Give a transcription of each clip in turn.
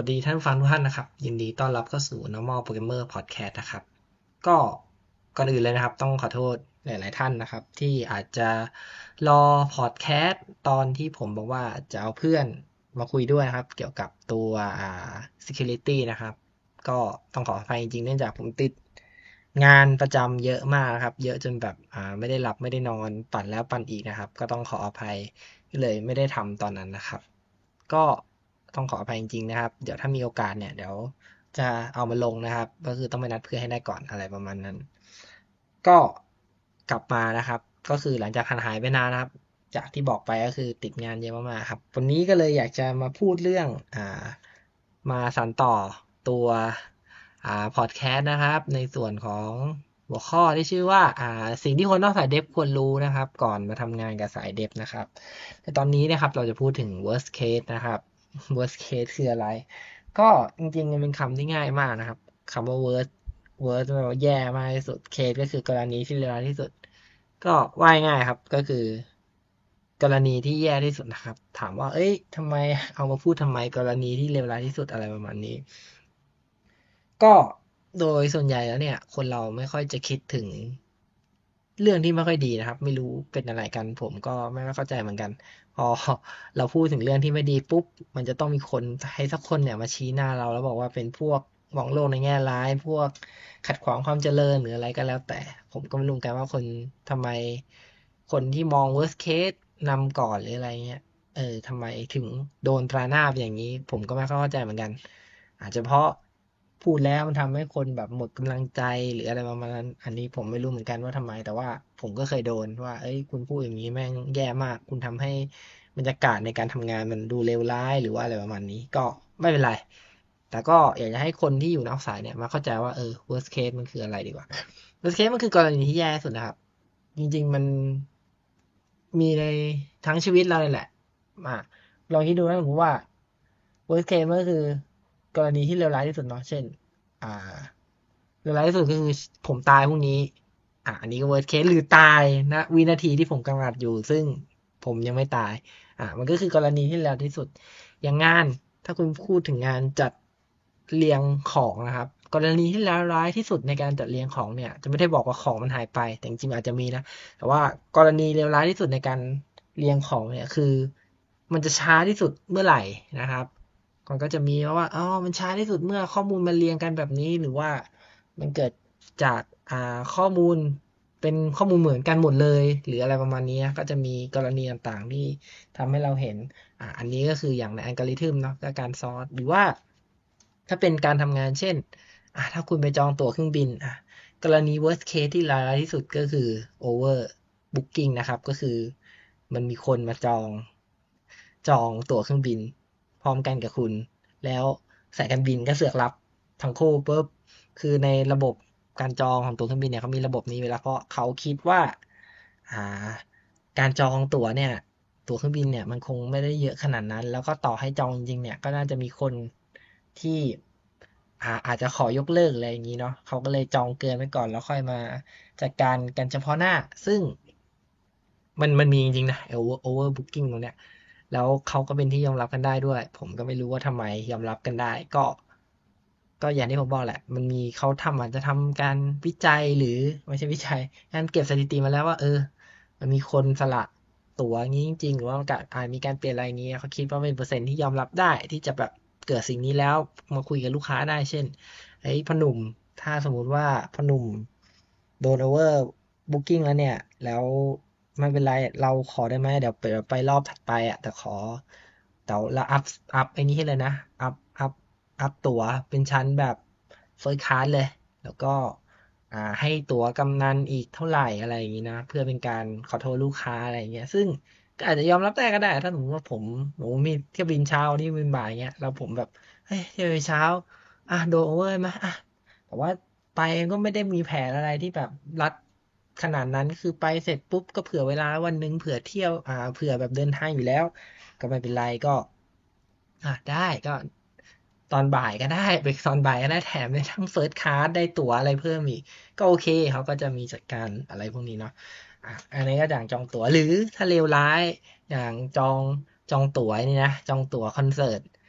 วัสดีท่านผู้ฟังทุกท่านนะครับยินดีต้อนรับเข้าสู่ Normal Programmer Podcast นะครับก็ก่อนอื่นเลยนะครับต้องขอโทษหลายๆท่านนะครับที่อาจจะรอพอดแคสต์ตอนที่ผมบอกว่าจะเอาเพื่อนมาคุยด้วยครับเกี่ยวกับตัวsecurity นะครับก็ต้องขออภัยจริงๆเนื่องจากผมติดงานประจำเยอะมากครับเยอะจนแบบไม่ได้หลับไม่ได้นอนปั่นแล้วปั่นอีกนะครับก็ต้องขออภัยเลยไม่ได้ทำตอนนั้นนะครับ ก็ต้องขออภัยจริงๆนะครับเดี๋ยวถ้ามีโอกาสเนี่ยเดี๋ยวจะเอามาลงนะครับก็คือต้องไปนัดเพื่อนให้ได้ก่อนอะไรประมาณนั้นก็กลับมานะครับก็คือหลังจากหายไปนานนะครับจากที่บอกไปก็คือติดงานเยอะมากๆครับวันนี้ก็เลยอยากจะมาพูดเรื่องมาสานต่อตัวพอดแคสต์นะครับในส่วนของหัวข้อที่ชื่อว่าสิ่งที่คนนอกสายเดฟควรรู้นะครับก่อนมาทำงานกับสายเดฟนะครับแต่ตอนนี้นะครับเราจะพูดถึง worst case นะครับ worst case คืออะไรก็จริงๆมันเป็นคำที่ง่ายมากนะครับคำว่า worst แปลว่าแย่มากที่สุด case ก็คือกรณีที่เลวร้ายที่สุดก็ว่ายง่ายครับก็คือกรณีที่แย่ที่สุดนะครับถามว่าเอ้ยทำไมเอามาพูดทำไมกรณีที่เลวร้ายที่สุดอะไรประมาณนี้ก็โดยส่วนใหญ่แล้วเนี่ยคนเราไม่ค่อยจะคิดถึงเรื่องที่ไม่ค่อยดีนะครับไม่รู้เป็นอะไรกันผมก็ไม่เข้าใจเหมือนกันพอเราพูดถึงเรื่องที่ไม่ดีปุ๊บมันจะต้องมีคนให้สักคนเนี่ยมาชี้หน้าเราแล้วบอกว่าเป็นพวกมองโลกในแง่ร้ายพวกขัดขวางความเจริญหรืออะไรก็แล้วแต่ผมก็ไม่รู้กันว่าคนทำไมคนที่มอง worst case นำก่อนหรืออะไรเงี้ยทำไมถึงโดนตราหน้าไปอย่างนี้ผมก็ไม่เข้าใจเหมือนกันอาจจะเพราะพูดแล้วมันทำให้คนแบบหมดกำลังใจหรืออะไรประมาณนั้นอันนี้ผมไม่รู้เหมือนกันว่าทำไมแต่ว่าผมก็เคยโดนว่าเอ้ยคุณพูดอย่างนี้แม่งแย่มากคุณทำให้บรรยากาศในการทำงานมันดูเลวร้ายหรือว่าอะไรประมาณนี้ก็ไม่เป็นไรแต่ก็อยากจะให้คนที่อยู่นอกสายเนี่ยมาเข้าใจว่าworst case มันคืออะไรดีกว่า worst case มันคือกรณีที่แย่ที่สุดนะครับจริงๆมันมีในทั้งชีวิตเราเลยแหละอ่ะลองคิดดูนะผมว่า worst case มันก็คือกรณีที่เลวร้ายที่สุดเนาะเช่นอ่าเลวร้ายที่สุดก็คือผมตายพรุ่งนี้อันนี้ก็ worst case หรือตายนะวินาทีที่ผมกำลังอัดอยู่ซึ่งผมยังไม่ตายมันก็คือกรณีที่เลวที่สุดอย่างงานถ้าคุณพูดถึงงานจัดเรียงของนะครับกรณีที่เลวร้ายที่สุดในการจัดเรียงของเนี่ยจะไม่ได้บอกว่าของมันหายไปแต่จริงๆอาจจะมีนะแต่ว่ากรณีเลวร้ายที่สุดในการเรียงของเนี่ยคือมันจะช้าที่สุดเมื่อไหร่นะครับ มันก็จะมีว่ามันช้าที่สุดเมื่อข้อมูลมันเรียงกันแบบนี้หรือว่ามันเกิดจากข้อมูลเป็นข้อมูลเหมือนกันหมดเลยหรืออะไรประมาณนี้ก็จะมีกรณีต่างๆที่ทำให้เราเห็นอันนี้ก็คืออย่างในอัลกอริทึมเนาะก็การซอร์สหรือว่าถ้าเป็นการทำงานเช่นถ้าคุณไปจองตั๋วเครื่องบินกรณี worst case ที่ร้ายที่สุดก็คือ over booking นะครับก็คือมันมีคนมาจองตั๋วเครื่องบินพร้อมกันกับคุณแล้วสายการบินก็เสือกรับทั้งคู่ปุ๊บคือในระบบการจองของตั๋วเครื่องบินเนี่ยเขามีระบบนี้ไว้แล้วเพราะเขาคิดว่าอ่าการจองตั๋วเนี่ยตั๋วเครื่องบินเนี่ยมันคงไม่ได้เยอะขนาดนั้นแล้วก็ต่อให้จองจริงๆเนี่ยก็น่าจะมีคนที่อาจจะขอยกเลิกอะไรอย่างนี้เนาะเขาก็เลยจองเกินไว้ก่อนแล้วค่อยมาจัดการกันเฉพาะหน้าซึ่งมันมีจริงๆนะover booking ตรงเนี้ย แล้วเขาก็เป็นที่ยอมรับกันได้ด้วยผมก็ไม่รู้ว่าทำไมยอมรับกันได้ก็อย่างที่ผมบอกแหละมันมีเขาอาจจะทำการวิจัยหรือไม่ใช่วิจัยการเก็บสถิติมาแล้วว่ามันมีคนสละตั๋วงี้จริงๆหรือว่ามีการเปลี่ยนอะไรอย่างนี้เขาคิดว่าเป็นเปอร์เซ็นต์ที่ยอมรับได้ที่จะแบบเกิดสิ่งนี้แล้วมาคุยกับลูกค้าได้เช่นไอ้ยพ่อหนุ่มถ้าสมมุติว่าพ่อหนุ่มโดนโอเวอร์บุ๊กิ้งแล้วเนี่ยแล้วไม่เป็นไรเราขอได้ไหมเดี๋ยวไปรอบถัดไปแต่ขอเราอัพไอ้นี้ให้เลยนะอัพตั๋วเป็นชั้นแบบเฟิร์สคลาสเลยแล้วก็ให้ตั๋วกำนันอีกเท่าไหร่อะไรอย่างนี้นะเพื่อเป็นการขอโทษลูกค้าอะไรอย่างเงี้ยซึ่งก็อาจจะยอมรับได้ก็ได้ถ้าสมมติว่าผมมีเที่ยวบินเช้าที่บินบ่ายเงี้ยแล้วผมแบบเฮ้ยเที่ยวบินเช้าโดนโอเวอร์ไหมแต่ว่าไปก็ไม่ได้มีแผนอะไรที่แบบรัดขนาดนั้นคือไปเสร็จปุ๊บก็เผื่อเวลาวันหนึ่งเผื่อเที่ยวเผื่อแบบเดินทางอยู่แล้วก็ไม่เป็นไรก็ได้ก็ตอนบ่ายก็ได้ไปตอนบ่ายก็ได้แถมได้ทั้งเฟิร์สคลาสได้ตั๋วอะไรเพิ่มอีกก็โอเคเขาก็จะมีจัดการอะไรพวกนี้เนาะอันนี้ก็อย่างจองตั๋วหรือถ้าเลวร้ายอย่างจองตั๋วนี่นะจองตั๋วคอนเสิร์ต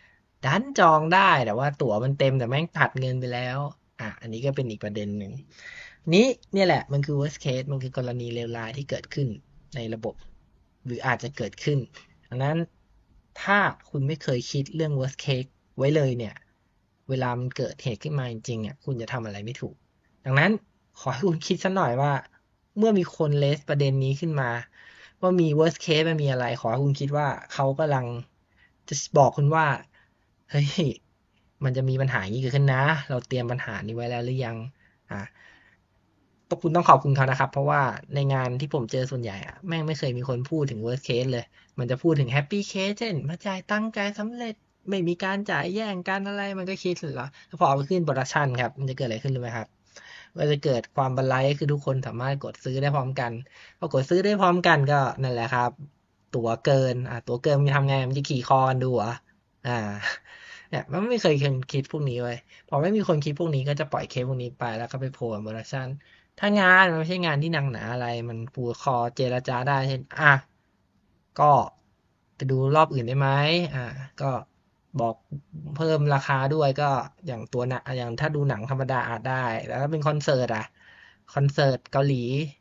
ดันจองได้แต่ว่าตั๋วมันเต็มแต่แม่งตัดเงินไปแล้วอันนี้ก็เป็นอีกประเด็นหนึ่งนี้เนี่ยแหละมันคือ worst case มันคือกรณีเลวร้ายที่เกิดขึ้นในระบบหรืออาจจะเกิดขึ้นดังนั้นถ้าคุณไม่เคยคิดเรื่อง worst case ไว้เลยเนี่ยเวลามันเกิดเหตุขึ้นมาจริงๆคุณจะทำอะไรไม่ถูกดังนั้นขอให้คุณคิดสักหน่อยว่าเมื่อมีคนเลสประเด็นนี้ขึ้นมาว่ามี worst case มันมีอะไรขอให้คุณคิดว่าเขากำลังจะบอกคุณว่าเฮ้ยมันจะมีปัญหาอย่างนี้เกิดขึ้นนะเราเตรียมปัญหานี้ไว้แล้วหรือยังอ่าคุณต้องขอบคุณเขานะครับเพราะว่าในงานที่ผมเจอส่วนใหญ่แม่งไม่เคยมีคนพูดถึง worst case เลยมันจะพูดถึง happy case เช่นมาจ่ายตั้งใจสำเร็จไม่มีการจ่ายแย่งกันอะไรมันก็คิดเหรอพอเอาไปขึ้นโปรดักชันครับมันจะเกิดอะไรขึ้นรู้ไหมครับว่าจะเกิดความบันไลคือทุกคนสามารถกดซื้อได้พร้อมกันพอกดซื้อได้พร้อมกันก็นั่นแหละครับตั๋วเกินตั๋วเกินมันจะทำไงมันจะขี่คอกันดูอ่าเนี่ยมันไม่เคยคิดพวกนี้ไว้พอไม่มีคนคิดพวกนี้ก็จะปล่อยเคสพวกนี้ไปแล้วก็ไปโผล่โปรดักชันถ้างานมันไม่ใช่งานที่หนักหนาอะไรมันปูคอเจรจาได้เช่นก็ไปดูรอบอื่นได้ไหมก็บอกเพิ่มราคาด้วยก็อย่างตัวหนักอย่างถ้าดูหนังธรรมดาอาจได้แล้วถ้าเป็นคอนเสิร์ตคอนเสิร์ตเกาหลี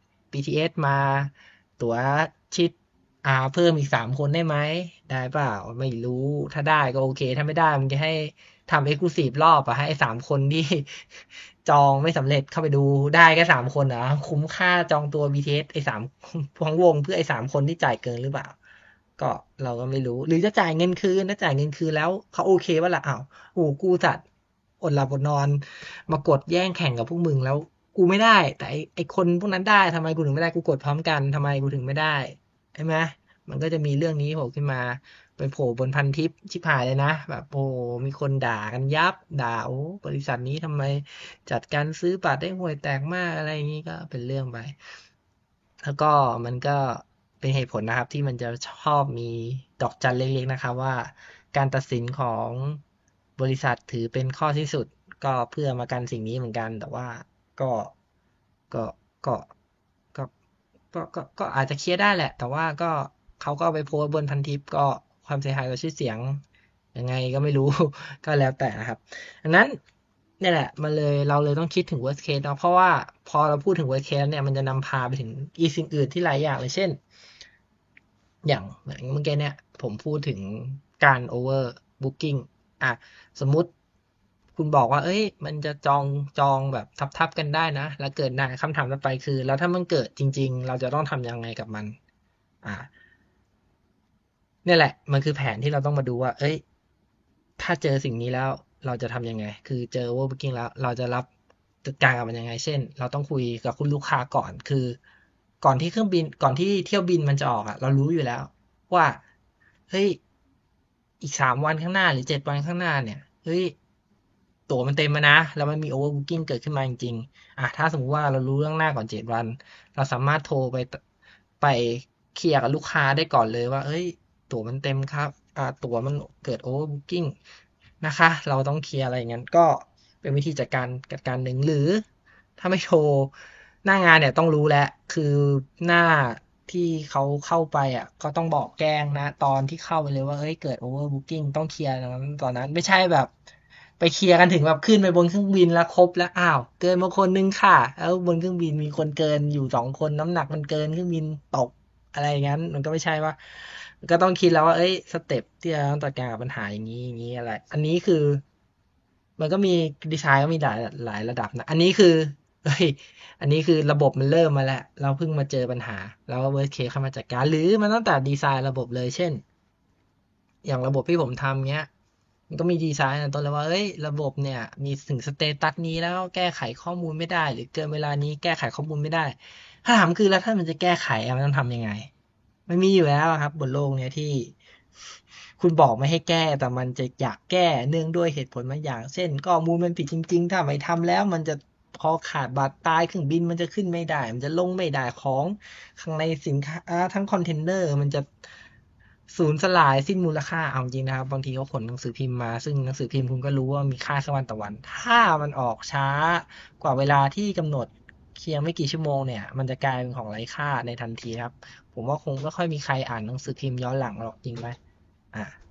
BTS มาตั๋วชิดเพิ่มอีก3 คนได้ไหมได้เปล่าไม่รู้ถ้าได้ก็โอเคถ้าไม่ได้มันจะให้ทำ exclusive รอบให้3 คนที่จองไม่สำเร็จเข้าไปดูได้แค่3 คนคุ้มค่าจองตัว BTS ทั้งวงเพื่อ3 คนที่จ่ายเกินหรือเปล่าก็เราก็ไม่รู้หรือจะจ่ายเงินคืนถ้าจ่ายเงินคืนแล้วเขาโอเคว่าล่ะโอ้กูจัดอดหลับอดนอนมากดแย่งแข่งกับพวกมึงแล้วกูไม่ได้แต่ไอคนพวกนั้นได้ทำไมกูถึงไม่ได้กูกดพร้อมกันทำไมกูถึงไม่ได้ใช่ไหมมันก็จะมีเรื่องนี้โผล่ขึ้นมาไปโผล่บนพันทิปชิบหายเลยนะแบบโอ้มีคนด่ากันยับด่าโอ้บริษัทนี้ทำไมจัดการซื้อบัตรได้ห่วยแตกมากอะไรอย่างนี้ก็เป็นเรื่องไปแล้วก็มันก็เป็นเหตุผลนะครับที่มันจะชอบมีดอกจันเล็กๆนะครับว่าการตัดสินของบริษัทถือเป็นข้อที่สุดก็เพื่อมากันสิ่งนี้เหมือนกันแต่ว่าก็ก็ก็ก็ก็อาจจะเคลียร์ได้แหละแต่ว่าก็เขาก็ไปโพสต์บนพันทิปก็ความเสียหายต่อชื่อเสียงยังไงก็ไม่รู้ก็แล้วแต่นะครับดังนั้นเนี่ยแหละเราเลยต้องคิดถึง worst case เนาะเพราะว่าพอเราพูดถึง worst case เนี่ยมันจะนำพาไปถึงอีสิ่งอื่นที่หลายอย่างเลยเช่นอย่างเมื่อกี้เนี่ยผมพูดถึงการ over booking อ่ะสมมุติคุณบอกว่าเอ้ยมันจะจองแบบทับกันได้นะแล้วเกิดได้คำถามต่อไปคือแล้วถ้ามันเกิดจริงๆเราจะต้องทำยังไงกับมันอ่าเนี่ยแหละมันคือแผนที่เราต้องมาดูว่าเอ้ยถ้าเจอสิ่งนี้แล้วเราจะทำยังไงคือเจอ overbooking แล้วเราจะรับจัดการกับมันยังไงเช่นเราต้องคุยกับคุณลูกค้าก่อนคือก่อนที่เที่ยวบินมันจะออกเรารู้อยู่แล้วว่าเฮ้ยอีก3 วันข้างหน้าหรือ7 วันข้างหน้าเนี่ยเฮ้ยตั๋วมันเต็มมานะแล้วมันมี overbooking เกิดขึ้นมาจริงๆถ้าสมมุติว่าเรารู้เรื่องหน้าก่อน7 วันเราสามารถโทรไปเคลียร์กับลูกค้าได้ก่อนเลยว่าเอ้ยตั๋วมันเต็มครับตั๋วมันเกิด overbooking นะคะเราต้องเคลียร์อะไรอย่างนั้นก็เป็นวิธีจัดการหนึ่งหรือถ้าไม่โทรหน้างานเนี่ยต้องรู้แล้วคือหน้าที่เขาเข้าไปก็ต้องบอกแจ้งนะตอนที่เข้าไปเลยว่าเอ้ยเกิด overbooking ต้องเคลียร์ตอนนั้นไม่ใช่แบบไปเคลียร์กันถึงแบบขึ้นไปบนเครื่องบินแล้วครบแล้วเกินมาคนนึงค่ะแล้วบนเครื่องบินมีคนเกินอยู่2 คนน้ำหนักมันเกินเครื่องบินตกอะไรอย่างนั้นมันก็ไม่ใช่ว่าก็ต้องคิดแล้วว่าเอ้ยสเต็ปที่เราต้องจัดการกับปัญหาอย่างนี้อะไรอันนี้คือมันก็มีดีไซน์ก็มีหลายระดับนะอันนี้คือเฮ้ยอันนี้คือระบบมันเริ่มมาแล้วเราเพิ่งมาเจอปัญหาแล้วก็เวิร์สเคสเข้ามาจัดการหรือมันตั้งแต่ดีไซน์ระบบเลยเช่นอย่างระบบที่ผมทำเนี้ยมันก็มีดีไซน์ตั้งแต่ต้นแล้วว่าเอ้ยระบบเนี่ยมีถึงสเตตัสนี้แล้วแก้ไขข้อมูลไม่ได้หรือเกินเวลานี้แก้ไขข้อมูลไม่ได้ถ้าถามคือแล้วถ้ามันจะแก้ไขมันต้องทำยังไงมันมีอยู่แล้วครับบนโลกเนี้ยที่คุณบอกไม่ให้แก้แต่มันจะอยากแก้เนื่องด้วยเหตุผลบางอย่างเช่นข้อมูลมันผิดจริงๆถ้าไม่ทำแล้วมันจะพอขาดบาดตายเครื่องบินมันจะขึ้นไม่ได้มันจะลงไม่ได้ของข้างในสินค้าทั้งคอนเทนเนอร์มันจะสูญสลายสิ้นมูลค่าเอาจริงนะครับบางทีเขาขนหนังสือพิมพ์มาซึ่งหนังสือพิมพ์คุณก็รู้ว่ามีค่าแค่วันต่อวันถ้ามันออกช้ากว่าเวลาที่กำหนดเพียงไม่กี่ชั่วโมงเนี่ยมันจะกลายเป็นของไร้ค่าในทันทีครับผมว่าคงไม่ค่อยมีใครอ่านหนังสือพิมพ์ย้อนหลังหรอกจริงไหมอ่า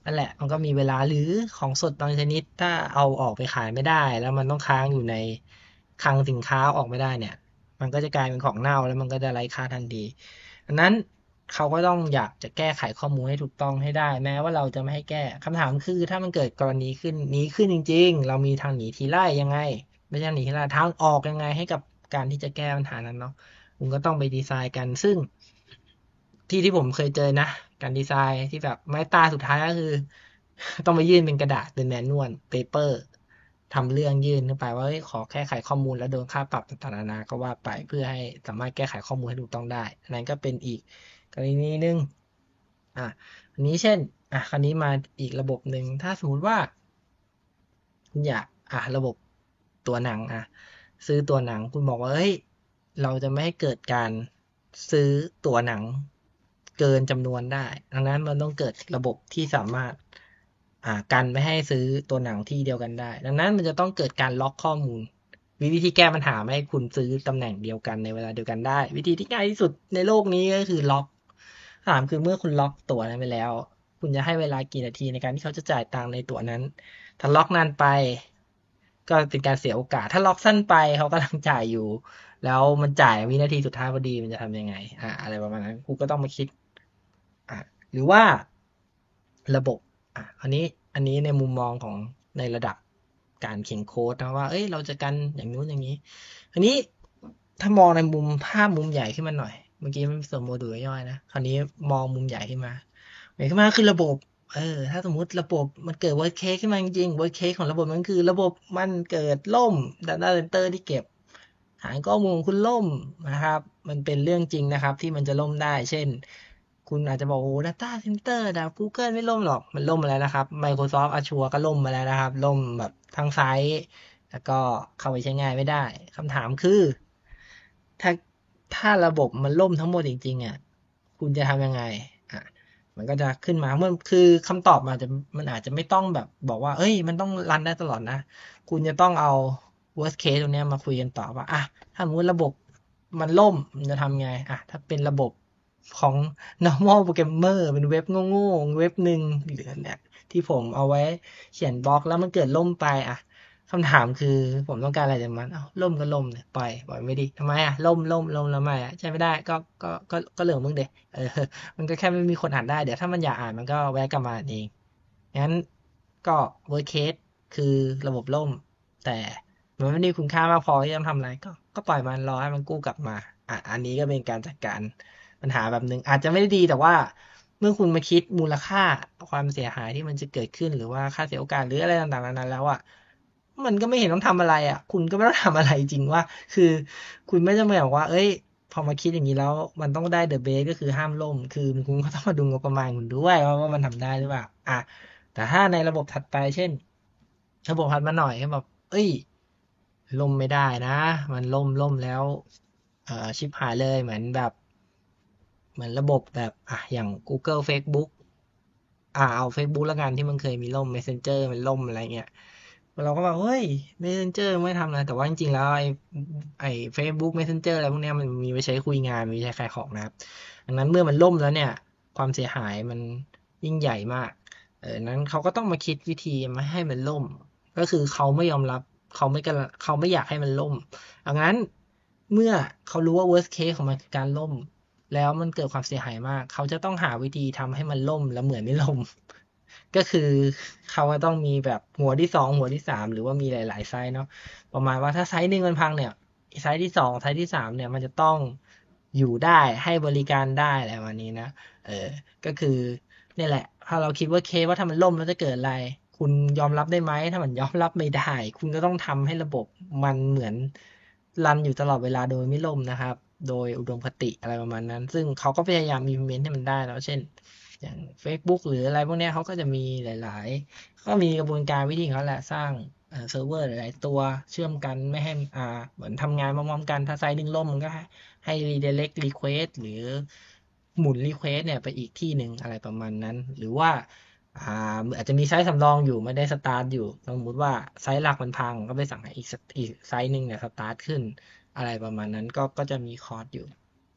นั่นแหละมันก็มีเวลาหรือของสดบางชนิดถ้าเอาออกไปขายไม่ได้แล้วมันต้องค้างอยู่ในคลังสินค้าออกไม่ได้เนี่ยมันก็จะกลายเป็นของเน่าแล้วมันก็จะไร้ค่าทันทีดังนั้นเขาก็ต้องอยากจะแก้ไขข้อมูลให้ถูกต้องให้ได้แม้ว่าเราจะไม่ให้แก้คำถามคือถ้ามันเกิดกรณีขึ้นนี้ขึ้นจริงๆเรามีทางหนีทีไล่ยังไงไม่ใช่หนีทีไล่ทางออกยังไงให้กับการที่จะแก้ปัญหานั้นเนาะคุณก็ต้องไปดีไซน์กันซึ่งที่ผมเคยเจอนะการดีไซน์ที่แบบไม้ตายสุดท้ายก็คือต้องไปยื่นเป็นกระดาษเป็นแมนนวลเปเปอร์ทำเรื่องยื่นขึ้นไปว่าขอแก้ไขข้อมูลแล้วโดนค่าปรับต่างๆนานาก็ว่าไปเพื่อให้สามารถแก้ไขข้อมูลให้ถูกต้องได้อันนั้นก็เป็นอีกกรณีนึงอ่ะอันนี้เช่นคราวนี้มาอีกระบบหนึ่งถ้าสมมติว่าคุณอยากระบบตัวหนังซื้อตัวหนังคุณบอกว่าเฮ้ยเราจะไม่ให้เกิดการซื้อตัวหนังเกินจำนวนได้ดังนั้นมันต้องเกิดระบบที่สามารถกันไม่ให้ซื้อตัวหนังที่เดียวกันได้ดังนั้นมันจะต้องเกิดการล็อกข้อมูลวิธีแก้ปัญหาไม่ให้คุณซื้อตำแหน่งเดียวกันในเวลาเดียวกันได้วิธีที่ง่ายที่สุดในโลกนี้ก็คือล็อกถามคือเมื่อคุณล็อกตั๋วนั้นไปแล้วคุณจะให้เวลากี่นาทีในการที่เขาจะจ่ายตังค์ในตั๋วนั้นถ้าล็อกนานไปก็เป็นการเสียโอกาสถ้าล็อกสั้นไปเขากำลังจ่ายอยู่แล้วมันจ่ายวินาทีสุดท้ายพอดีมันจะทำยังไงอะไรประมาณนั้นคุณก็ต้องมาคิดหรือว่าระบบอันนี้ในมุมมองของในระดับการเขียนโค้ดนะว่าเอ้ยเราจะกันอย่างนู้นอย่างนี้อันนี้ถ้ามองในมุมภาพมุมใหญ่ขึ้นมาหน่อยเมื่อกี้มันส่วนโมดูลย่อยนะคราวนี้มองมุมใหญ่ขึ้นมาใหญ่ขึ้นมาคือระบบถ้าสมมุติระบบมันเกิด worst case ขึ้นมาจริงๆ worst case ของระบบมันคือระบบมันเกิดล่ม data center ที่เก็บฐานข้อมูลคุณล่มนะครับมันเป็นเรื่องจริงนะครับที่มันจะล่มได้เช่นคุณอาจจะบอกโอ้ data center นะ Google ไม่ล่มหรอกมันล่มมาแล้วนะครับ Microsoft Azure ก็ล่มมาแล้วนะครับล่มแบบทั้งไซต์แล้วก็เข้าไปใช้งานไม่ได้คำถามคือถ้าระบบมันล่มทั้งหมดจริงๆคุณจะทำยังไงอ่ะมันก็จะขึ้นมาคือคำตอบมันอาจจะไม่ต้องแบบบอกว่าเอ้ยมันต้องรันได้ตลอดนะคุณจะต้องเอา worst case ตรงนี้มาคุยกันต่อว่าถ้าสมมติระบบมันล่มมันจะทำไงถ้าเป็นระบบของ normal programmer เป็นเว็บโง่ๆเว็บหนึ่งหรือเนี่ยที่ผมเอาไว้เขียนบล็อกแล้วมันเกิดล่มไปคำถามคือผมต้องการอะไรจากมันล่มก็ล่มเนี่ยปล่อยไม่ดีทำไมล่มแล้วไม่ใช่ไม่ได้ก็เรื่องมึงเด็มันก็แค่ไม่มีคนอ่านได้เดี๋ยวถ้ามันอยากอ่านมันก็แวะกลับมาเองงั้นก็ worst case คือระบบล่มแต่มันไม่ได้คุณค่ามากพอที่จะทำอะไรก็ปล่อยมันรอให้มันกู้กลับมาอันนี้ก็เป็นการจัดการปัญหาแบบหนึ่งอาจจะไม่ได้ดีแต่ว่าเมื่อคุณมาคิดมูลค่าความเสียหายที่มันจะเกิดขึ้นหรือว่าค่าเสียโอกาสหรืออะไรต่างๆนานาแล้วมันก็ไม่เห็นต้องทำอะไรคุณก็ไม่ต้องทำอะไรจริงว่าคือคุณไม่จำเป็นบอกว่าเอ้ยพอมาคิดอย่างนี้แล้วมันต้องได้เดอะเบสก็คือห้ามล่มคือคุณก็ต้องมาดูงบประมาณคุณด้วยว่ามันทำได้หรือเปล่าแต่ถ้าในระบบถัดไปเช่นระบบถัดมาหน่อยก็แบบเอ้ยล่มไม่ได้นะมันล่มแล้วชิบหายเลยเหมือนระบบแบบอย่าง Google Facebook เอา Facebook แล้วกันที่มันเคยมีล่ม Messenger มันล่มอะไรเงี้ยเราก็แบบเฮ้ย Messenger ไม่ทำอะไรแต่ว่าจริงๆแล้วไอ้ Facebook Messenger อะไรพวกเนี้ยมันมีไว้ใช้คุยงานมีไว้ใช้ขายของนะครับดังนั้นเมื่อมันล่มแล้วเนี่ยความเสียหายมันยิ่งใหญ่มากนั้นเขาก็ต้องมาคิดวิธีไม่ให้มันล่มก็คือเขาไม่ยอมรับเขาไม่อยากให้มันล่มดังนั้นเมื่อเขารู้ว่า worst case ของมันคือการล่ม แล้วมันเกิดความเสียหายมาก เขาจะต้องหาวิธีทำให้มันล่มแล้วเหมือนไม่ล่ม ก็คือเขาจะต้องมีแบบหัวที่สองหัวที่สามหรือว่ามีหลายๆไซส์เนาะประมาณว่าถ้าไซส์หนึ่งมันพังเนี่ยไซส์ที่สองไซส์ที่สามเนี่ยมันจะต้องอยู่ได้ให้บริการได้อะไรวันนี้นะเออก็คือเนี่ยแหละถ้าเราคิดว่าเคสว่าถ้ามันล่มแล้วจะเกิดอะไรคุณยอมรับได้ไหมถ้ามันยอมรับไม่ได้คุณก็ต้องทำให้ระบบมันเหมือนรันอยู่ตลอดเวลาโดยไม่ล่มนะครับโดยอุดมคติอะไรประมาณนั้นซึ่งเขาก็พยายาม implement ให้มันได้แล้วเช่น อย่าง Facebook หรืออะไรพวกเนี้ยเขาก็จะมีหลายๆก็มีกระบวนการวิธีของเขาแหละสร้างเซิร์ฟเวอร์หลายๆตัวเชื่อมกันไม่ให้เหมือนทำงานพร้อมๆกันถ้าไซต์หนึ่งล่มมันก็ให้ redirect request หรือหมุน request เนี่ยไปอีกที่หนึ่งอะไรประมาณนั้นหรือว่าอาจจะมีไซต์สำรองอยู่ไม่ได้สตาร์ทอยู่สมมติว่าไซต์หลักมันพังก็ไปสั่งให้อีกไซต์หนึ่งเนี่ยสตาร์ทขึ้นอะไรประมาณนั้นก็จะมีคอร์สอยู่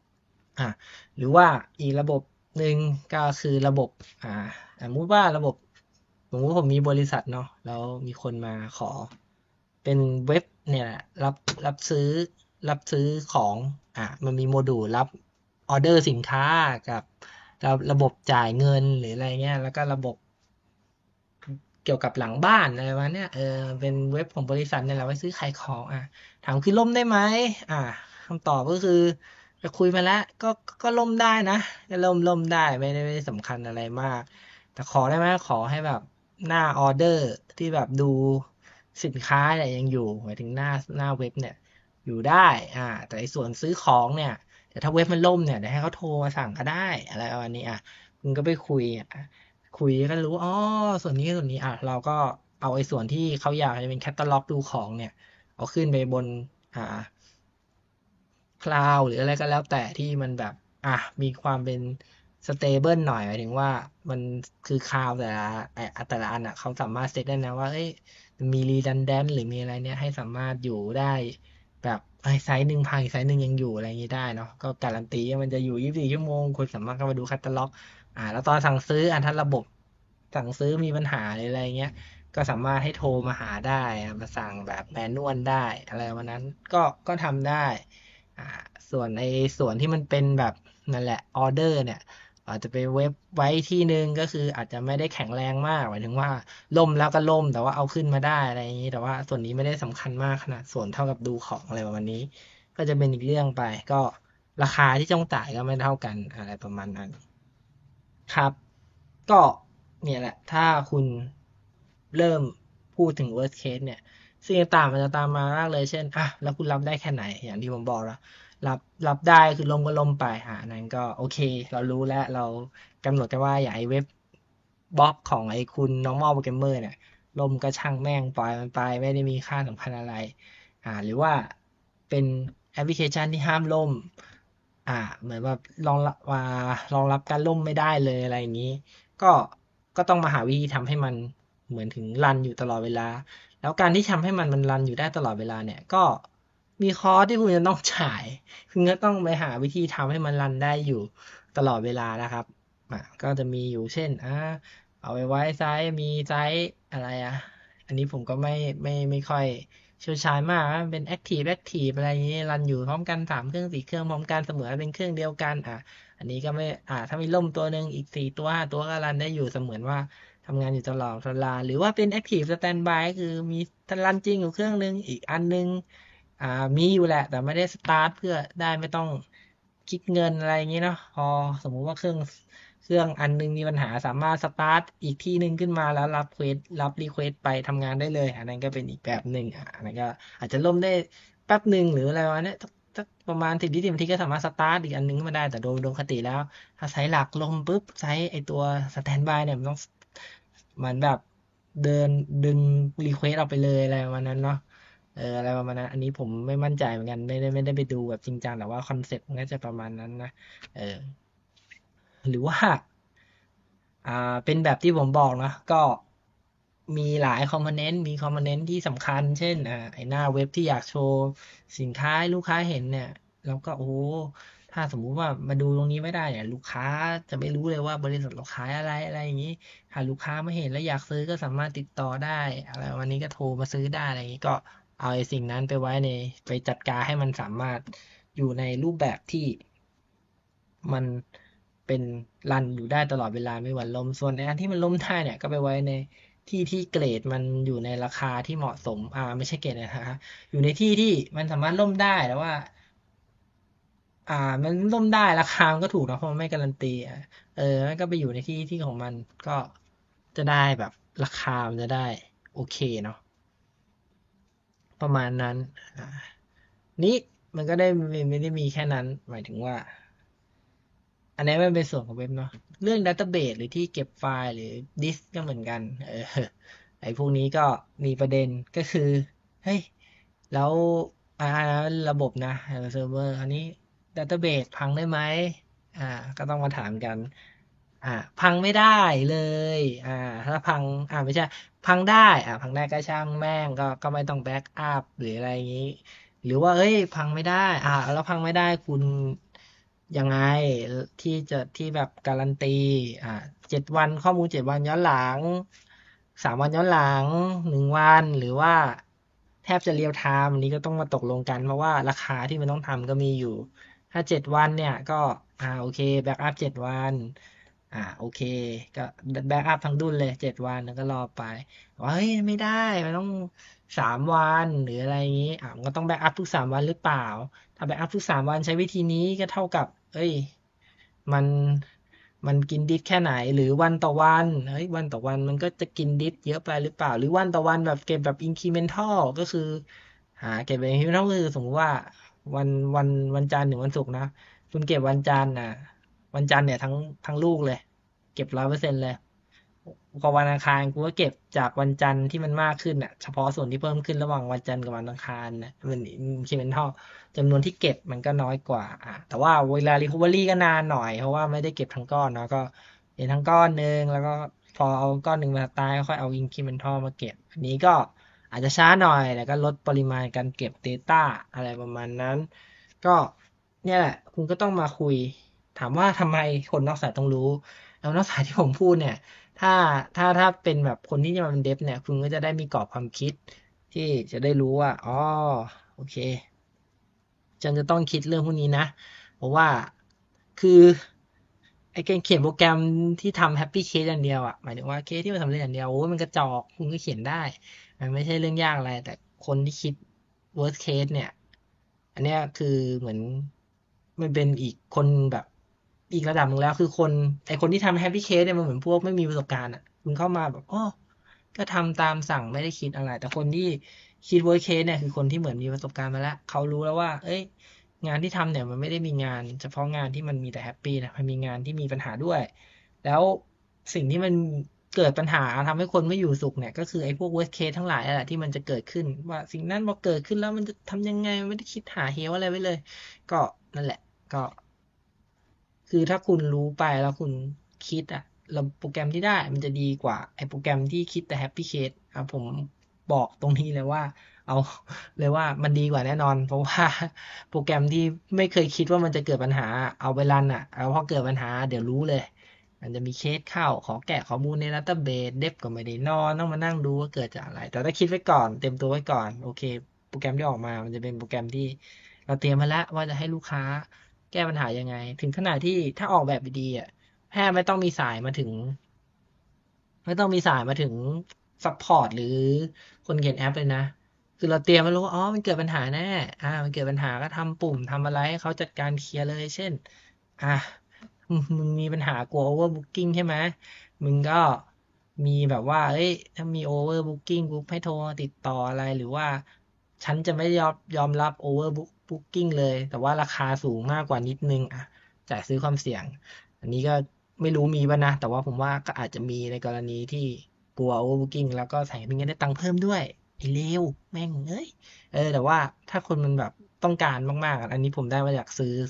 หรือว่าอีกระบบหนึ่งก็คือระบบสมมุติว่าระบบสมมติผมมีบริษัทเนาะแล้วมีคนมาขอเป็นเว็บเนี่ยแหละรับซื้อรับซื้อของมันมีโมดูลรับออเดอร์สินค้ากับระบบจ่ายเงินหรืออะไรเงี้ยแล้วก็ระบบเกี่ยวกับหลังบ้านอะไรวะเนี่ยเป็นเว็บของบริษัทเนี่ยแหละไว้ซื้อขายของถามคือล่มได้ไหมอ่าคำตอบก็คือไปคุยมาแล้วก็ล่มได้นะก็ล่มได้ไม่ได้สำคัญอะไรมากแต่ขอได้ไหมขอให้แบบหน้าออเดอร์ที่แบบดูสินค้าเนี่ยยังอยู่หมายถึงหน้าเว็บเนี่ยอยู่ได้แต่ไอ้ส่วนซื้อของเนี่ยแต่ถ้าเว็บมันล่มเนี่ยเดี๋ยวให้เขาโทรมาสั่งก็ได้อะไรประมาณนี้คุณก็ไปคุยคุยก็รู้อ๋อส่วนนี้เราก็เอาไอ้ส่วนที่เขาอยากจะเป็นแคตตาล็อกดูของเนี่ยเอาขึ้นไปบนอ่าคลาวหรืออะไรก็แล้วแต่ที่มันแบบมีความเป็นสเตเบิลหน่อยหมายถึงว่ามันคือคลาวแต่ละอันเขาสามารถเซตได้นะว่าเอ้ยมันมี redundant หรือมีอะไรเนี่ยให้สามารถอยู่ได้แบบไซส์หนึ่งพังอีกไซส์หนึ่งยังอยู่อะไรอย่างนี้ได้เนาะก็การันตีว่ามันจะอยู่24 ชั่วโมงคุณสามารถเข้ามาดูแคตตาล็อกแล้วตอนสั่งซื้อถ้าระบบสั่งซื้อมีปัญหาหรืออะไรเงี้ยก็สามารถให้โทรมาหาได้มาสั่งแบบแมนนวลได้อะไรวันนั้นก็ทำได้อ่าส่วนส่วนที่มันเป็นแบบนั่นแหละออเดอร์เนี่ยอาจจะไปเว็บไว้ที่หนึ่งก็คืออาจจะไม่ได้แข็งแรงมากหมายถึงว่าล่มแล้วก็ล่มแต่ว่าเอาขึ้นมาได้อะไรอย่างนี้แต่ว่าส่วนนี้ไม่ได้สำคัญมากขนาดส่วนเท่ากับดูของอะไรประมาณนี้ก็จะเป็นอีกเรื่องไปก็ราคาที่ต้องจ่ายก็ไม่เท่ากันอะไรประมาณนั้น ครับก็เนี่ยแหละถ้าคุณเริ่มพูดถึง worst case เนี่ยสิ่งต่างๆมันจะตามมามากเลยเช่นแล้วคุณรับได้แค่ไหนอย่างที่ผมบอกแล้วรับรับได้คือล่มก็ล่มไปอันนั้นก็โอเคเรารู้แล้วเรากำหนดกันว่าอย่างไอ้เว็บบล็อกของไอ้คุณ normal programmer เนี่ยล่มก็ช่างแม่งปล่อยมันไปไม่ได้มีค่าสำคัญอะไรหรือว่าเป็นแอปพลิเคชันที่ห้ามล่ม อ่าเหมือนแบบรองรับการล่มไม่ได้เลยอะไรอย่างนี้ก็ก็ต้องมาหาวิธีทำให้มันเหมือนถึงรันอยู่ตลอดเวลาแล้วการที่ทำให้มันรันอยู่ได้ตลอดเวลาเนี่ยก็มีคอร์สที่คุณจะต้องจ่ายคุณก็ต้องไปหาวิธีทำให้มันรันได้อยู่ตลอดเวลานะครับก็จะมีอยู่เช่นเอาไว้ไซส์มีไซส์อะไรอันนี้ผมก็ไม่ค่อยเชี่ยวชาญมากนะเป็นแอคทีฟอะไรอย่างนี้รันอยู่พร้อมกัน3 เครื่อง 4 เครื่องพร้อมกันเสมือนเป็นเครื่องเดียวกันอันนี้ก็ไม่ถ้ามีล่มตัวหนึ่งอีก4 ตัว 5 ตัวก็รันได้อยู่เสมือนว่าทำงานอยู่ตลอดเวลาหรือว่าเป็นแอคทีฟสแตนบายคือมีรันจริงอยู่เครื่องหนึ่งอีกอันนึงอ่ามีอยู่แหละแต่ไม่ได้สตาร์ทเพื่อได้ไม่ต้องคิดเงินอะไรอย่างนี้เนาะพอสมมุติว่าเครื่องอันนึงมีปัญหาสามารถสตาร์ทอีกที่หนึ่งขึ้นมาแล้วรับรีเควสไปทำงานได้เลยอันนั้นก็เป็นอีกแบบหนึ่งอันนั้นก็อาจจะล่มได้แป๊บหนึ่งหรืออะไรประมาณเนี้ยสักประมาณ10 20 นาทีก็สามารถสตาร์ทอีกอันนึงขึ้นมาได้แต่โดยคติแล้วถ้าใช้หลักลมปุ๊บใช้ไอตัวสแตนบายเนี่ยมันต้องเหมือนแบบเดินดึงรีเควสออกไปเลยอะไรประมาณนั้นเนาะอะไรประมาณนั้นอันนี้ผมไม่มั่นใจเหมือนกันไม่ได้ไปดูแบบจริงจังแต่ว่าคอนเซ็ปต์มันก็จะประมาณนั้นนะเออหรือว่า เป็นแบบที่ผมบอกนะก็มีหลายคอมโพเนนต์มีคอมโพเนนต์ที่สำคัญเช่นไอหน้าเว็บที่อยากโชว์สินค้าให้ลูกค้าเห็นเนี่ยแล้วก็โอ้โหถ้าสมมุติว่ามาดูตรงนี้ไม่ได้เนี่ยลูกค้าจะไม่รู้เลยว่าบริษัทเราขายอะไรอย่างนี้ถ้าลูกค้าไม่เห็นแล้วอยากซื้อก็สามารถติดต่อได้อะไรวันนี้ก็โทรมาซื้อได้อะไรอย่างนี้ก็เอาไอ้สิ่งนั้นไปไว้ไปจัดการให้มันสามารถอยู่ในรูปแบบที่ มันเป็นรันอยู่ได้ตลอดเวลาไม่หวั่นล้มส่วนในอันที่มันล้มได้เนี่ยก็ไปไว้ในที่เกรดมันอยู่ในราคาที่เหมาะสมไม่ใช่เกรดนะฮะอยู่ในที่ที่มันสามารถล่มได้แต่ว่าอ่ามันล่มได้ราคามันก็ถูกนะเพราะมันไม่การันตีมันก็ไปอยู่ในที่ของมันก็จะได้แบบราคามันจะได้โอเคเนาะประมาณนั้นอ่านี้มันก็ได้ไม่ได้มีแค่นั้นหมายถึงว่า อันนี้มันเป็นส่วนของเว็บเนาะเรื่องดัตเตอร์เบสหรือที่เก็บไฟล์หรือดิสก็เหมือนกันไอ้พวกนี้ก็มีประเด็นก็คือเฮ้ยแล้วระบบนะเซิร์ฟเวอร์อันนี้ดัตเตอร์เบสพังได้ไหมอ่าก็ต้องมาถามกันอ่าพังไม่ได้เลยถ้าพังไม่ใช่พังได้พังได้ก็ช่างแม่งก็ไม่ต้องแบ็กอัพหรืออะไรอย่างนี้ หรือว่าเอ้ยพังไม่ได้แล้วพังไม่ได้คุณยังไงที่แบบการันตีอ่า7 วันข้อมูล7 วันย้อนหลัง 3 วันย้อนหลัง1 วันหรือว่าแทบจะเรียลไทม์อันนี้ก็ต้องมาตกลงกันเพราะว่าราคาที่มันต้องทำก็มีอยู่ถ้า7 วันเนี่ยก็โอเคแบ็กอัพ7 วันโอเคก็แบ็กอัพทั้งดุนเลย7 วันแล้วก็รอไปว่าเฮ้ยไม่ได้มันต้อง3 วันหรืออะไรอย่างนี้มันก็ต้องแบ็กอัพทุก3 วันหรือเปล่าถ้าแบ็กอัพทุก3 วันใช้วิธีนี้ก็เท่ากับเอ้ยมันมันกินดิสแค่ไหนหรือวันต่อวันเฮ้ยวันต่อวันมันก็จะกินดิสเยอะไปหรือเปล่าหรือวันต่อวันแบบเก็บแบบ incremental ก็คือเก็บแบบ incremental คือสมมติว่าวันวันวันจันทร์ถึงวันศุกร์นะคุณเก็บวันจันทร์วันจันทร์เนี่ยทั้งลูกเลยเก็บ100%เลยพอวันอังคารกูก็เก็บจากวันจันทร์ที่มันมากขึ้นเฉพาะส่วนที่เพิ่มขึ้นระหว่างวันจันทร์กับวันอังคารนะมัน incremental จำนวนที่เก็บมันก็น้อยกว่าแต่ว่าเวลา recovery ก็นานหน่อยเพราะว่าไม่ได้เก็บทั้งก้อนเนาะก็เห็นทั้งก้อนหนึ่งแล้วก็พอเอาก้อนหนึ่งมาตายก็ค่อยเอา incremental มาเก็บอันนี้ก็อาจจะช้าหน่อยแต่ก็ลดปริมาณการเก็บ data อะไรประมาณนั้นก็เนี่ยแหละคุณก็ต้องมาคุยถามว่าทำไมคนนอกสายต้องรู้แล้วนอกสายที่ผมพูดเนี่ยถ้าถ้าเป็นแบบคนที่จะมาเป็นเดฟเนี่ยคุณก็จะได้มีกรอบความคิดที่จะได้รู้ว่าอ๋อโอเค ฉันจะต้องคิดเรื่องพวกนี้นะ เพราะว่าคือไอ้การเขียนโปรแกรมที่ทำแฮปปี้เคสอย่างเดียวหมายถึงว่าเคสที่มันสำเร็จอย่างเดียวโอ้ยมันกระจอกคุณก็เขียนได้มันไม่ใช่เรื่องยากอะไรแต่คนที่คิด worst case เนี่ยอันเนี้ยคือเหมือนมันเป็นอีกคนแบบอีกระดับหนึ่งแล้วคือคนไอคนที่ทำแฮปปี้เคสเนี่ยมันเหมือนพวกไม่มีประสบการณ์คุณเข้ามาแบบอ๋อก็ทำตามสั่งไม่ได้คิดอะไรแต่คนที่คิด worst case เนี่ยคือคนที่เหมือนมีประสบการณ์มาแล้วเขารู้แล้วว่าเอ้ย งานที่ทำเนี่ยมันไม่ได้มีงานเฉพาะงานที่มันมีแต่แฮปปี้นะมันมีงานที่มีปัญหาด้วยแล้วสิ่งที่มันเกิดปัญหาทำให้คนไม่อยู่สุขเนี่ยก็คือไอ้พวก worst case ทั้งหลายนั่นแหละที่มันจะเกิดขึ้นว่าสิ่งนั้นพอเกิดขึ้นแล้วมันจะทำยังไงไม่ได้คิดหาเหวอะไรไว้เลยก็นั่นแหละก็คือถ้าคุณรู้ไปแล้วคุณคิดเราโปรแกรมที่ได้มันจะดีกว่าไอ้โปรแกรมที่คิดแต่แฮปปี้เคสผมบอกตรงนี้เลยว่าเอาเลยว่ามันดีกว่าแน่นอนเพราะว่าโปรแกรมที่ไม่เคยคิดว่ามันจะเกิดปัญหาเอาไปรันเอาพอเกิดปัญหาเดี๋ยวรู้เลยมันจะมีเคสเข้าขอแกะข้อมูลในดัตเตอร์เบสเดฟก็ไม่ได้นอนต้องมานั่งดูว่าเกิดจากอะไรแต่ถ้าคิดไว้ก่อนเตรียมตัวไว้ก่อนโอเคโปรแกรมที่ออกมามันจะเป็นโปรแกรมที่เราเตรียมมาแล้วว่าจะให้ลูกค้าแก้ปัญหายังไงถึงขนาดที่ถ้าออกแบบดีแพทย์ไม่ต้องมีสายมาถึงไม่ต้องมีสายมาถึงซัพพอร์ตหรือคนเขียนแอปเลยนะคือเราเตรียมมารู้ว่าอ๋อมันเกิดปัญหาแน่มันเกิดปัญหาก็ทำปุ่มทำอะไรให้เขาจัดการเคลียร์เลยเช่นอ่ะมึงมีปัญหากลัวโอเวอร์บุ๊กิ้งใช่ไหมมึงก็มีแบบว่าเอ้ยถ้ามีโอเวอร์บุ๊กิ้งปุ๊บให้โทรติดต่ออะไรหรือว่าฉันจะไม่ยอมรับโอเวอร์บุ๊กิ้งเลยแต่ว่าราคาสูงมากกว่านิดนึงจ่ายซื้อความเสี่ยง อันนี้ก็ไม่รู้มีป่ะนะแต่ว่าผมว่าก็อาจจะมีในกรณีที่กลัว overbooking แล้วก็แถมมีเงินได้ตังค์เพิ่มด้วยไอ้เลวแม่งเอ้ยแต่ว่าถ้าคนมันแบบต้องการมากๆอันนี้ผมได้มาจาก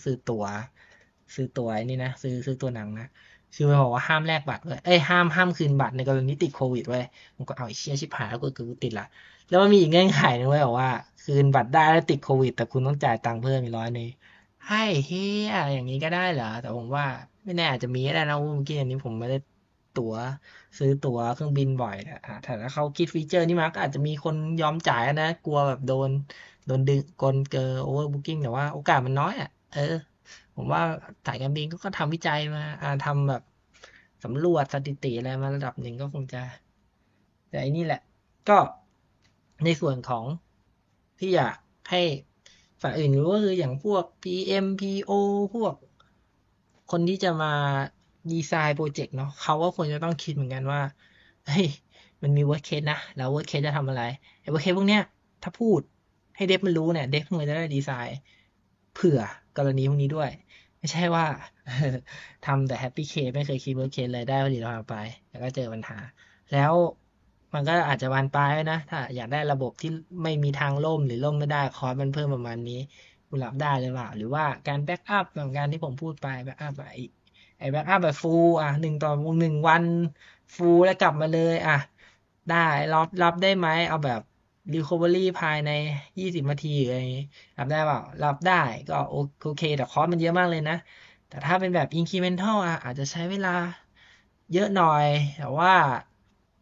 ซื้อตั๋วไอ้นี่นะซื้อตัวหนังนะคือมันบอกว่าห้ามแลกบัตรเว้ยห้ามคืนบัตรในกรณีติดโควิดเว้ยผมก็เอาไอ้เชี่ยชิบหายแล้วกูติดละแล้วมันมีอีกเงื่อนไขนึงเว้ยบอกว่าคืนบัตรได้แล้วติดโควิดแต่คุณต้องจ่ายตังค์เพิ่มอีก100ให้เฮียอย่างนี้ก็ได้เหรอแต่ผมว่าไม่แน่อาจจะมีก็ได้นะเมื่อกี้อันนี้ผมไม่ได้ตั๋วซื้อตั๋วเครื่องบินบ่อยนะแต่ถ้าเขาคิดฟีเจอร์นี้มาก็อาจจะมีคนยอมจ่ายนะกลัวแบบโดนดึงกลเกอโอเวอร์บุ๊กิ้งแต่ว่าโอกาสมันน้อยผมว่าสายการบินก็ทำวิจัยมาทำแบบสำรวจสถิติอะไรมาระดับหนึ่งก็คงจะแต่อันนี้แหละก็ในส่วนของที่อยากให้ฝ่ายอื่นรู้ก็คืออย่างพวก PM PO พวกคนที่จะมาดีไซน์โปรเจกต์เนาะเขาก็ควรจะต้องคิดเหมือนกันว่าเฮ้ยมันมี worst case นะแล้ว worst case จะทำอะไรไอ้ worst case พวกเนี้ยถ้าพูดให้เดฟมันรู้เนี่ยเดฟมันจะได้ดีไซน์เผื่อกรณีพวกนี้ด้วยไม่ใช่ว่าทำแต่แฮปปี้เคสไม่เคยคิดเวิร์สเคสเลยได้ผลิตภัณฑ์ไปแล้วก็เจอปัญหาแล้วมันก็อาจจะบานปลายนะถ้าอยากได้ระบบที่ไม่มีทางล่มหรือล่มไม่ได้คอร์สมันเพิ่มประมาณนี้คุณรับได้หรือเปล่าหรือว่าการแบ็กอัพแบบการที่ผมพูดไปแบ็กอัพไอ้แบ็กอัพแบบฟูล1 ต่อ 1 วันฟูลแล้วกลับมาเลยได้รับได้ไหมเอาแบบ recovery ภายใน20 นาทีอะไรอย่างงี้รับได้เปล่ารับได้ก็โอเคแต่คอร์สมันเยอะมากเลยนะแต่ถ้าเป็นแบบ incremental อาจจะใช้เวลาเยอะหน่อยแต่ว่า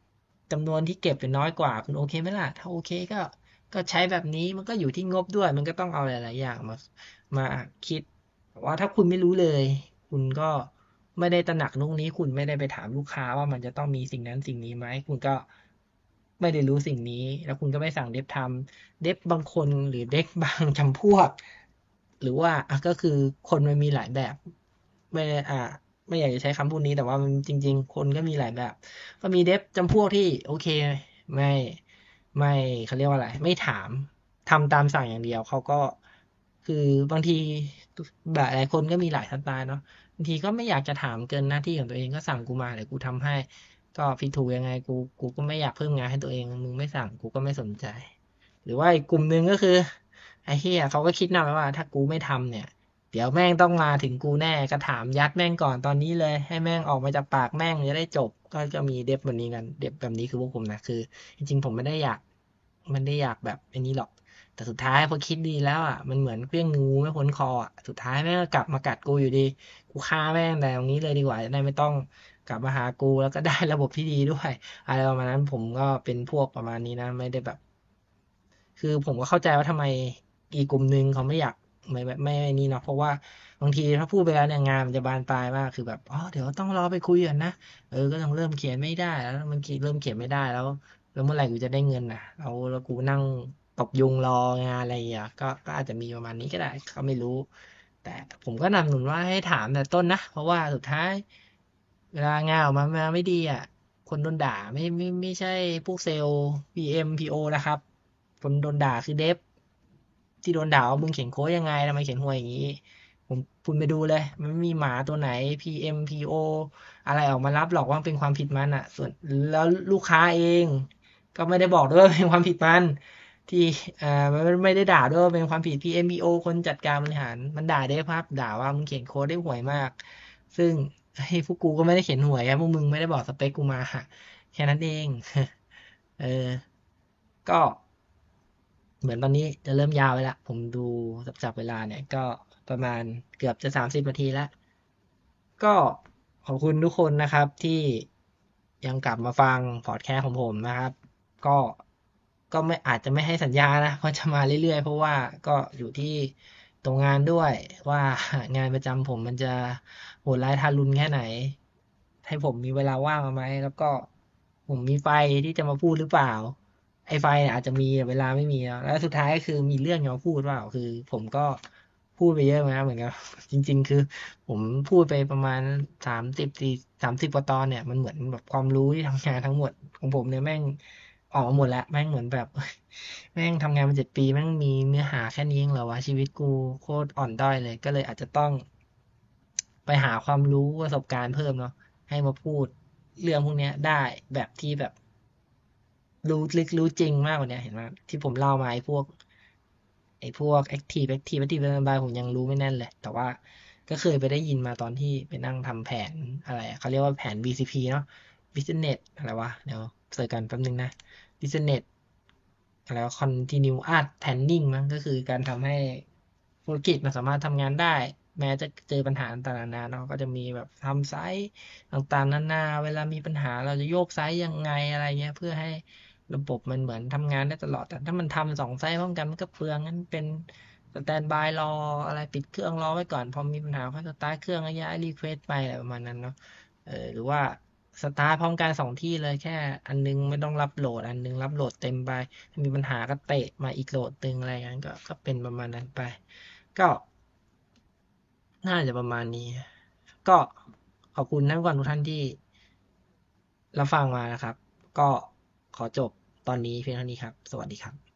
จำนวนที่เก็บเป็นน้อยกว่าคุณโอเคไหมล่ะถ้าโอเคก็ใช้แบบนี้มันก็อยู่ที่งบด้วยมันก็ต้องเอาหลายๆอย่างมาคิดว่าถ้าคุณไม่รู้เลยคุณก็ไม่ได้ตระหนักตรงนี้คุณไม่ได้ไปถามลูกค้าว่ามันจะต้องมีสิ่งนั้นสิ่งนี้ไหมคุณก็ไม่ได้รู้สิ่งนี้แล้วคุณก็ไม่สั่งเดฟทำเดฟบางคนหรือเด็กบางจำพวกหรือว่าก็คือคนมันมีหลายแบบไม่ได้ไม่อยากจะใช้คำพูดนี้แต่ว่ามันจริงๆคนก็มีหลายแบบก็มีเดฟจำพวกที่โอเคไม่ไม่เขาเรียกว่าอะไรไม่ถามทำตามสั่งอย่างเดียวเขาก็คือบางทีหลายคนก็มีหลายสไตล์เนาะบางทีก็ไม่อยากจะถามเกินหน้าที่ของตัวเองก็สั่งกูมาเดี๋ยวกูทำให้ก็ผิดถูกยังไงกูก็ไม่อยากเพิ่มงานให้ตัวเองมึงไม่สั่งกูก็ไม่สนใจหรือว่าอีกกลุ่มหนึ่งก็คือไอ้เหี้ยเขาก็คิดนะว่าถ้ากูไม่ทำเนี่ย เดี๋ยวแม่งต้องมาถึงกูแน่ก็ถามยัดแม่งก่อนตอนนี้เลยให้แม่งออกมาจากปากแม่งจะได้จบก็จะมีเดฟแบบนี้กันเดฟแบบนี้คือพวกผมนะคือจริงๆผมไม่ได้อยากแบบอันนี้หรอกแต่สุดท้ายพอคิดดีแล้วมันเหมือนเกลี้ยงงูไม่พ้นคอสุดท้ายแม่งก็กลับมากัดกูอยู่ดีกูฆ่าแม่งแต่ตรงนี้เลยดีกว่าจะได้ไม่ต้องกลับมาหากูแล้วก็ได้ระบบที่ดีด้วยอะไรประมาณนั้นผมก็เป็นพวกประมาณนี้นะไม่ได้แบบ คือผมก็เข้าใจว่าทำไมอีกกลุ่มหนึ่งเขาไม่อยากไม่นี่เนาะเพราะว่าบางทีถ้าพูดไปแล้วเนี่ยงานมันจะบานปลายมากคือแบบเดี๋ยวต้องรอไปคุยกันนะก็ต้องเริ่มเขียนไม่ได้แล้วมันเริ่มเขียนไม่ได้แล้วเมื่อไหร่กูจะได้เงินแล้วกูนั่งตบยุงรองานอะไรอย่างเงี้ยก็อาจจะมีประมาณนี้ก็ได้เขาไม่รู้แต่ผมก็นำหนุนว่าให้ถามแต่ต้นนะเพราะว่าสุดท้ายเวลางานออกมาไม่ดีคนโดนด่าไม่ใช่พวกเซลล์ PM PO นะครับคนโดนด่าคือเดฟที่โดนด่าว่ามึงเขียนโค้ดยังไงทำไมเขียนห่วยอย่างนี้ผมคุณไปดูเลยมันไม่มีหมาตัวไหน PM PO อะไรออกมารับหรอกว่าเป็นความผิดมันส่วนแล้วลูกค้าเองก็ไม่ได้บอกด้วยว่าเป็นความผิดมันที่มันไม่ได้ด่าด้วยว่าเป็นความผิด PMPO คนจัดการบริหารมันด่าเดฟครับด่าว่ามึงเขียนโค้ดได้ห่วยมากซึ่งให้พวกกูก็ไม่ได้เขียนห่วยครับพวกมึงไม่ได้บอกสเปคกูมาแค่นั้นเองเออก็เหมือนตอนนี้จะเริ่มยาวไปละผมดูจับเวลาเนี่ยก็ประมาณเกือบจะ30 นาทีแล้วก็ขอบคุณทุกคนนะครับที่ยังกลับมาฟังพอดแคสต์ของผมนะครับก็ก็ไม่อาจจะไม่ให้สัญญานะเพราะจะมาเรื่อยๆเพราะว่าก็อยู่ที่ตรงงานด้วยว่างานประจำผมมันจะโหดร้ายทารุณแค่ไหนให้ผมมีเวลาว่างไหมแล้วก็ผมมีไฟที่จะมาพูดหรือเปล่า ไอ้ไฟเนี่ยอาจจะมีแต่เวลาไม่มีแล้วสุดท้ายก็คือมีเรื่องจะมาพูดเปล่าคือผมก็พูดไปเยอะนะเหมือนกันจริงๆคือผมพูดไปประมาณ30 กว่าตอนเนี่ยมันเหมือนแบบความรู้ที่ทำงานทั้งหมดของผมเนี่ยแม่งออกมาหมดแล้วแม่งเหมือนแบบแม่งทำงานมา7 ปีแม่งมีเนื้อหาแค่นี้เองเหรอวะชีวิตกูโคตรอ่อนด้อยเลยก็เลยอาจจะต้องไปหาความรู้ประสบการณ์เพิ่มเนาะให้มาพูดเรื่องพวกเนี้ยได้แบบที่แบบ รู้ลึกรู้จริงมากกว่านี้เห็นไหมที่ผมเล่ามาไอ้พวกแอคทีฟบายผมยังรู้ไม่แน่นเลยแต่ว่าก็เคยไปได้ยินมาตอนที่ไปนั่งทำแผนอะไรเขาเรียกว่าแผน BCP เนาะ Business อะไรวะเดี๋ยวเสิร์ชกันแป๊บนึงนะ Business อะไรว่า Continuous Planning มั้งก็คือการทำให้ธุรกิจมันสามารถทำงานได้แม้จะเจอปัญหาต่างๆนานาเนาะก็จะมีแบบทำไซต์ต่างๆนานาเวลามีปัญหาเราจะโยกไซต์ยังไงอะไรเงี้ยเพื่อให้ ระบบมันเหมือนทำงานได้ตลอดแต่ถ้ามันทำ2 ไซต์พร้อมกันมันก็เปลืองงั้นเป็นสแตนบายรออะไรปิดเครื่องรอไว้ก่อนพอมีปัญหาค่อยสตาร์ทเครื่องแล้วย้ายรีเควสไปอะไรประมาณนั้นเนาะหรือว่าสตาร์ทพร้อมกัน2 ที่เลยแค่อันนึงไม่ต้องรับโหลดอันนึงรับโหลดเต็มไปถ้ามีปัญหาก็เตะมาอีกโหลดตึงอะไรอย่างนั้นก็เป็นประมาณนั้นไปก็น่าจะประมาณนี้ก็ขอบคุณทุกท่านที่รับฟังมานะครับก็ขอจบตอนนี้เพียงเท่านี้ครับสวัสดีครับ